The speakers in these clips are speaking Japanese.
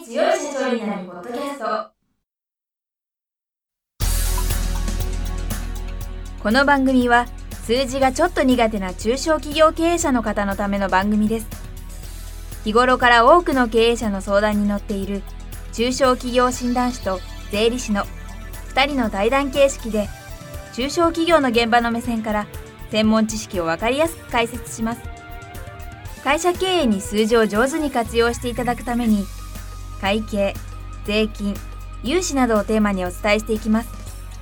強い社長になるポッドキャスト。この番組は数字がちょっと苦手な中小企業経営者の方のための番組です。日頃から多くの経営者の相談に乗っている中小企業診断士と税理士の2人の対談形式で、中小企業の現場の目線から専門知識を分かりやすく解説します。会社経営に数字を上手に活用していただくために、会計、税金、融資などをテーマにお伝えしていきます。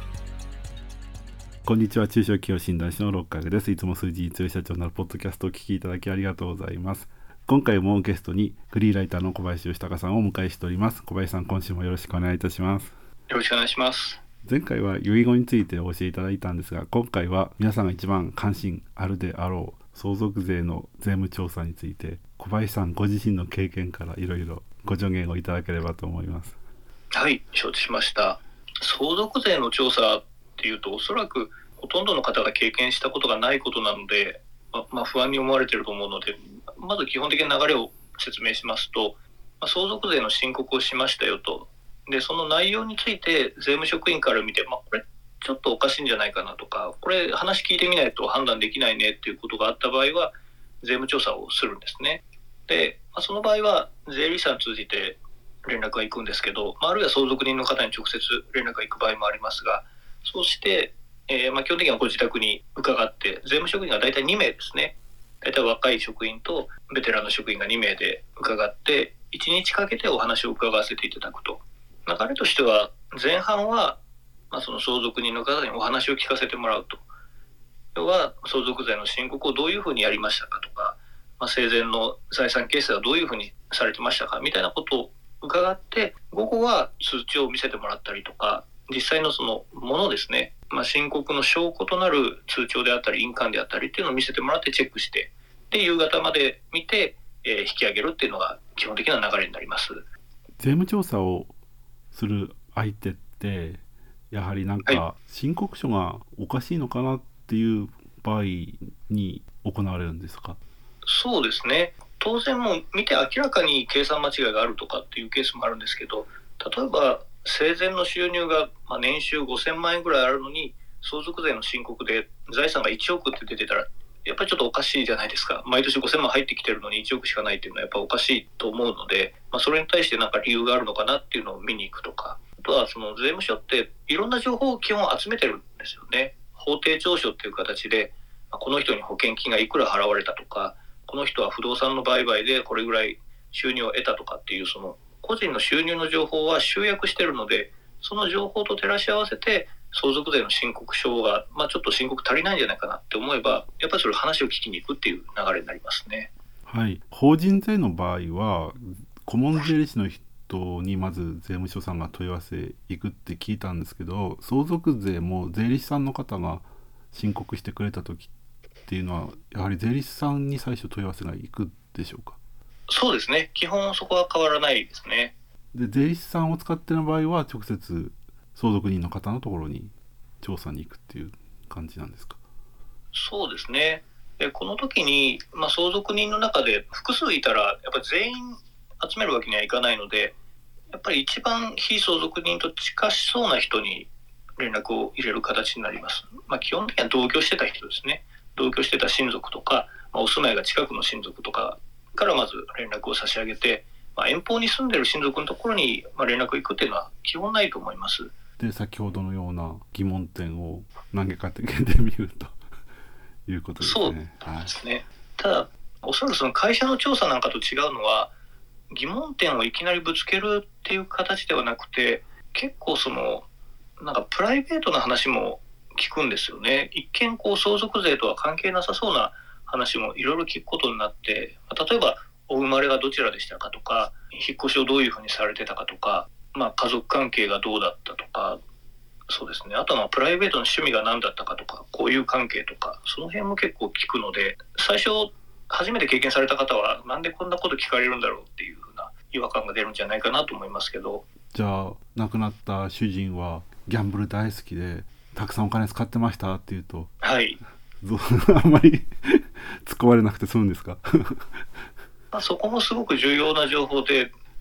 こんにちは、中小企業診断士の六角です。いつも数字に強い社長になるポッドキャストをお聞きいただきありがとうございます。今回もゲストにフリーライターの小林義孝さんをお迎えしております。小林さん、今週もよろしくお願いいたします。 よろしくお願いします。 前回は遺言についてお教えいただいたんですが、今回は皆さんが一番関心あるであろう相続税の税務調査について、小林さんご自身の経験からいろいろご助言をいただければと思います。 はい、承知しました。相続税の調査っていうと、おそらくほとんどの方が経験したことがないことなので、不安に思われていると思うので、まず基本的な流れを説明しますと、相続税の申告をしましたよと。で、その内容について税務職員から見て、これちょっとおかしいんじゃないかなとか、これ話聞いてみないと判断できないねっていうことがあった場合は、税務調査をするんですね。で、その場合は税理士さん通じて連絡が行くんですけど、あるいは相続人の方に直接連絡が行く場合もありますが、そうして、基本的にはご自宅に伺って、税務職員が大体2名ですね。大体若い職員とベテランの職員が2名で伺って、1日かけてお話を伺わせていただくと。流れとしては、前半は、その相続人の方にお話を聞かせてもらうと。要は、相続税の申告をどういうふうにやりましたかとか、生前の財産形成はどういうふうにされてましたかみたいなことを伺って、午後は通知を見せてもらったりとか、実際のそのものですね、申告の証拠となる通帳であったり印鑑であったりっていうのを見せてもらってチェックして、で夕方まで見て、引き上げるっていうのが基本的な流れになります。 税務調査をする相手ってやはり申告書がおかしいのかなっていう場合に行われるんですか？ そうですね。当然もう見て明らかに計算間違いがあるとかっていうケースもあるんですけど、例えば生前の収入が年収5000万円ぐらいあるのに、相続税の申告で財産が1億って出てたら、やっぱりちょっとおかしいじゃないですか。毎年5000万入ってきてるのに1億しかないっていうのはやっぱおかしいと思うので、それに対して理由があるのかなっていうのを見に行くとか、あとはその税務署っていろんな情報を基本集めてるんですよね。法定調書っていう形で、この人に保険金がいくら払われたとか、この人は不動産の売買でこれぐらい収入を得たとかっていう、その個人の収入の情報は集約してるので、その情報と照らし合わせて相続税の申告書が、ちょっと申告足りないんじゃないかなって思えば、やっぱりそれ話を聞きに行くっていう流れになりますね。 はい、法人税の場合は顧問税理士の人にまず税務署さんが問い合わせ行くって聞いたんですけど、相続税も税理士さんの方が申告してくれた時っていうのはやはり税理士さんに最初問い合わせが行くでしょうか？ そうですね。基本そこは変わらないですね。 で、税理士さんを使っての場合は直接相続人の方のところに調査に行くっていう感じなんですか？ そうですね。でこの時に、相続人の中で複数いたらやっぱり全員集めるわけにはいかないので、やっぱり一番非相続人と近しそうな人に連絡を入れる形になります。基本的には同居してた人ですね。同居してた親族とか、お住まいが近くの親族とかからまず連絡を差し上げて、遠方に住んでる親族のところに連絡行くっていうのは基本ないと思います。 で、先ほどのような疑問点を投げかけてみるということですね。 そうですね。ただおそらくその会社の調査なんかと違うのは、疑問点をいきなりぶつけるっていう形ではなくて、結構そのプライベートな話も聞くんですよね。一見相続税とは関係なさそうな話もいろいろ聞くことになって、例えばお生まれがどちらでしたかとか、引っ越しをどういうふうにされてたかとか、家族関係がどうだったとか、そうですね。あとはプライベートの趣味が何だったかとか、交友関係とか、その辺も結構聞くので、最初初めて経験された方はなんでこんなこと聞かれるんだろうっていうふうな違和感が出るんじゃないかなと思いますけど。 じゃあ亡くなった主人はギャンブル大好きでたくさんお金使ってましたっていうと、 はい、 あんまり突っ込まれなくて済むんですか？ そこもすごく重要な情報で、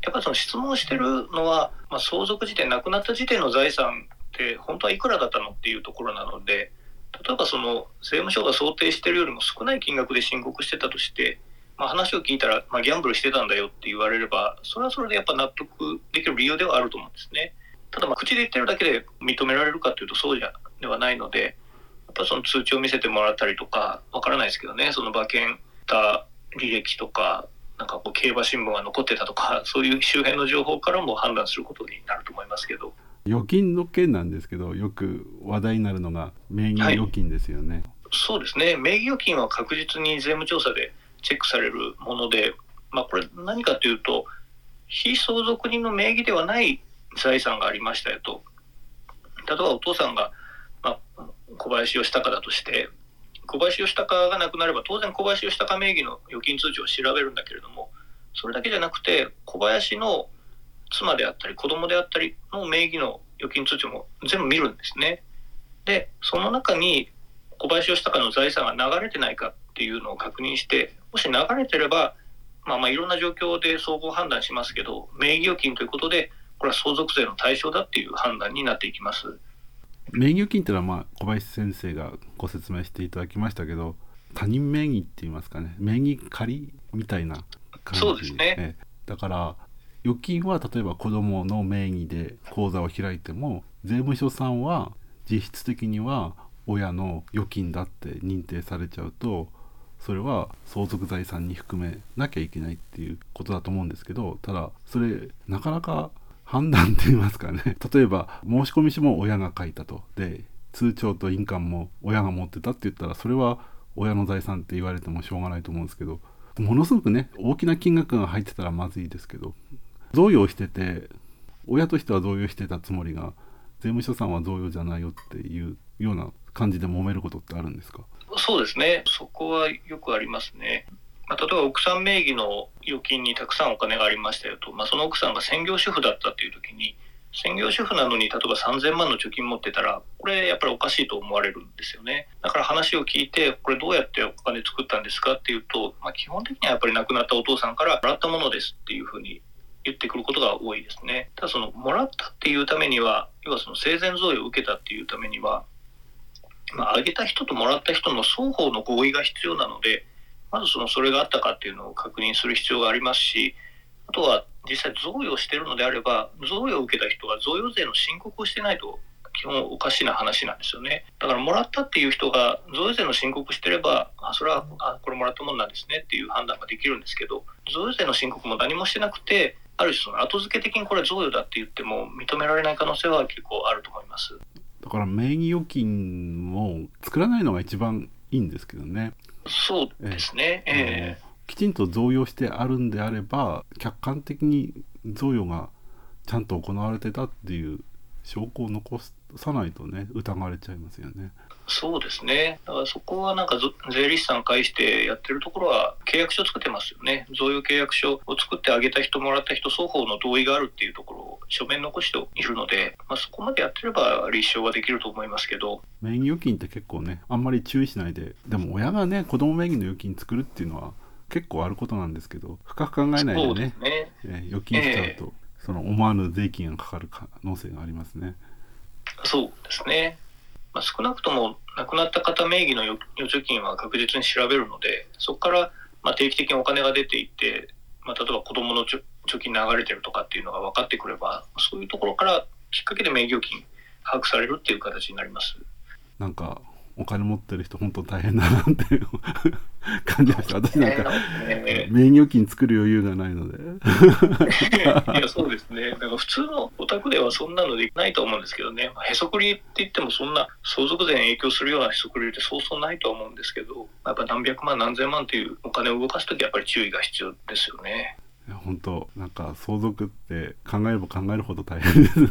やっぱりその質問してるのは、相続時点、亡くなった時点の財産って本当はいくらだったのっていうところなので、例えばその税務署が想定してるよりも少ない金額で申告してたとして、話を聞いたら、ギャンブルしてたんだよって言われれば、それはそれでやっぱ納得できる理由ではあると思うんですね。ただ口で言ってるだけで認められるかというとそうではないので、やっぱその通知を見せてもらったりとか、わからないですけどね、その馬券た履歴とか、なんか競馬新聞が残ってたとか、そういう周辺の情報からも判断することになると思いますけど。 預金の件なんですけど、よく話題になるのが名義預金ですよね。 そうですね。名義預金は確実に税務調査でチェックされるもので、これ何かというと、非相続人の名義ではない財産がありましたよと。例えばお父さんが、小林義孝だとして、小林義孝が亡くなれば当然小林義孝名義の預金通帳を調べるんだけれども、それだけじゃなくて小林の妻であったり子供であったりの名義の預金通帳も全部見るんですね。でその中に小林義孝の財産が流れてないかっていうのを確認して、もし流れてれば、いろんな状況で総合判断しますけど、名義預金ということでこれは相続税の対象だっていう判断になっていきます。 名義預金っていうのは小林先生がご説明していただきましたけど、他人名義って言いますかね、名義借りみたいな感じ。 そうですね。 だから預金は例えば子どもの名義で口座を開いても、税務署さんは実質的には親の預金だって認定されちゃうと、それは相続財産に含めなきゃいけないっていうことだと思うんですけど、ただそれなかなか判断って言いますかね、例えば申込書も親が書いたと、で通帳と印鑑も親が持ってたって言ったら、それは親の財産って言われてもしょうがないと思うんですけど、ものすごくね大きな金額が入ってたらまずいですけど、贈与してて親としては贈与してたつもりが税務署さんは贈与じゃないよっていうような感じで揉めることってあるんですか？ そうですね、そこはよくありますね。例えば奥さん名義の預金にたくさんお金がありましたよと、その奥さんが専業主婦だったっていう時に、専業主婦なのに例えば3000万の貯金持ってたら、これやっぱりおかしいと思われるんですよね。だから話を聞いて、これどうやってお金作ったんですかっていうと、基本的にはやっぱり亡くなったお父さんからもらったものですっていうふうに言ってくることが多いですね。ただそのもらったっていうためには、要はその生前贈与を受けたっていうためには、あげた人ともらった人の双方の合意が必要なので、まずそれがあったかっていうのを確認する必要がありますし、あとは実際贈与をしているのであれば、贈与を受けた人が贈与税の申告をしてないと基本おかしな話なんですよね。だからもらったっていう人が贈与税の申告してれば、それはこれもらったもんなんですねっていう判断ができるんですけど、贈与税の申告も何もしてなくて、ある種その後付け的にこれ贈与だって言っても認められない可能性は結構あると思います。 だから名義預金を作らないのが一番いいんですけどね。 そうですね。 きちんと贈与してあるんであれば、客観的に贈与がちゃんと行われてたっていう証拠を残さないとね、疑われちゃいますよね。 そうですね。だからそこはなんか税理士さん介してやってるところは契約書作ってますよね。贈与契約書を作ってあげた人もらった人双方の同意があるっていうところを書面残しているので、そこまでやってれば立証はできると思いますけど。 名義預金って結構ね、あんまり注意しないで、でも親がね子供名義の預金作るっていうのは結構あることなんですけど、深く考えないでね、預金しちゃうと、その思わぬ税金がかかる可能性がありますね。そうですね。少なくとも亡くなった方名義の預貯金は確実に調べるので、そこから定期的にお金が出ていて、例えば子どもの貯金流れてるとかっていうのが分かってくれば、そういうところからきっかけで名義預金把握されるっていう形になります。 なんかお金持ってる人本当大変だなって感じました。私なんか名義預金作る余裕がないのでいやそうですね。普通のお宅ではそんなのできないと思うんですけどね。へそくりって言ってもそんな相続税に影響するようなへそくりってそうそうないとは思うんですけど、やっぱ何百万何千万というお金を動かすときはやっぱり注意が必要ですよね。 いや本当なんか相続って考えれば考えるほど大変ですね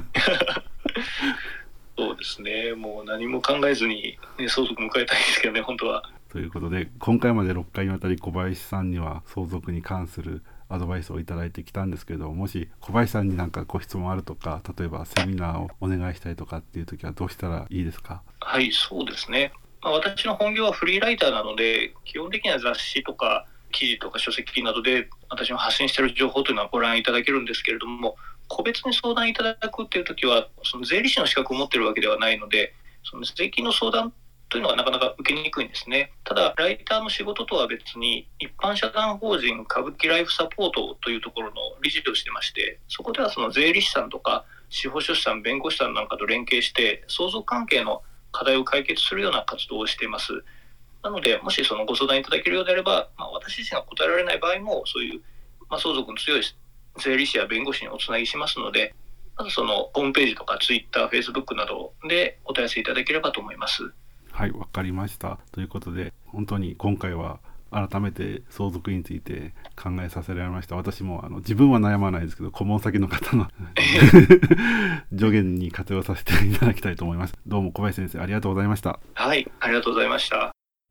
そうですね。もう何も考えずに、相続迎えたいですけどね、本当は。 ということで今回まで6回にわたり小林さんには相続に関するアドバイスをいただいてきたんですけど、もし小林さんに何かご質問あるとか、例えばセミナーをお願いしたいとかっていう時はどうしたらいいですか？ はい、そうですね。私の本業はフリーライターなので、基本的には雑誌とか記事とか書籍などで私の発信している情報というのはご覧いただけるんですけれども、個別に相談いただくっていうときはその税理士の資格を持っているわけではないので、その税金の相談というのはなかなか受けにくいんですね。ただライターの仕事とは別に一般社団法人歌舞伎ライフサポートというところの理事をしてまして、そこではその税理士さんとか司法書士さん、弁護士さんなんかと連携して相続関係の課題を解決するような活動をしています。なのでもしそのご相談いただけるようであれば、私自身が答えられない場合もそういう、相続の強い税理士や弁護士におつなぎしますので、まずそのホームページとか Twitter、Facebook などでお問い合わせいただければと思います。 はい、わかりました。ということで本当に今回は改めて相続について考えさせられました。私も自分は悩まないですけど、顧問先の方の助言に活用させていただきたいと思います。どうも小林先生ありがとうございました。 はい、ありがとうございました。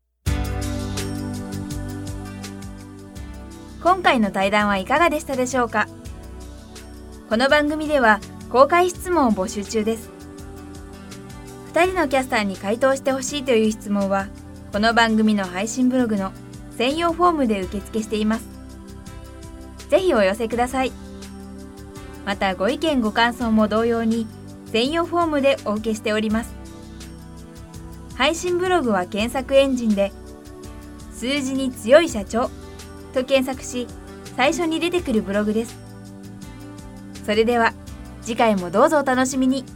今回の対談はいかがでしたでしょうか。この番組では公開質問を募集中です。2人のキャスターに回答してほしいという質問は、この番組の配信ブログの専用フォームで受付しています。ぜひお寄せください。またご意見ご感想も同様に専用フォームでお受けしております。配信ブログは検索エンジンで数字に強い社長と検索し、最初に出てくるブログです。それでは次回もどうぞお楽しみに。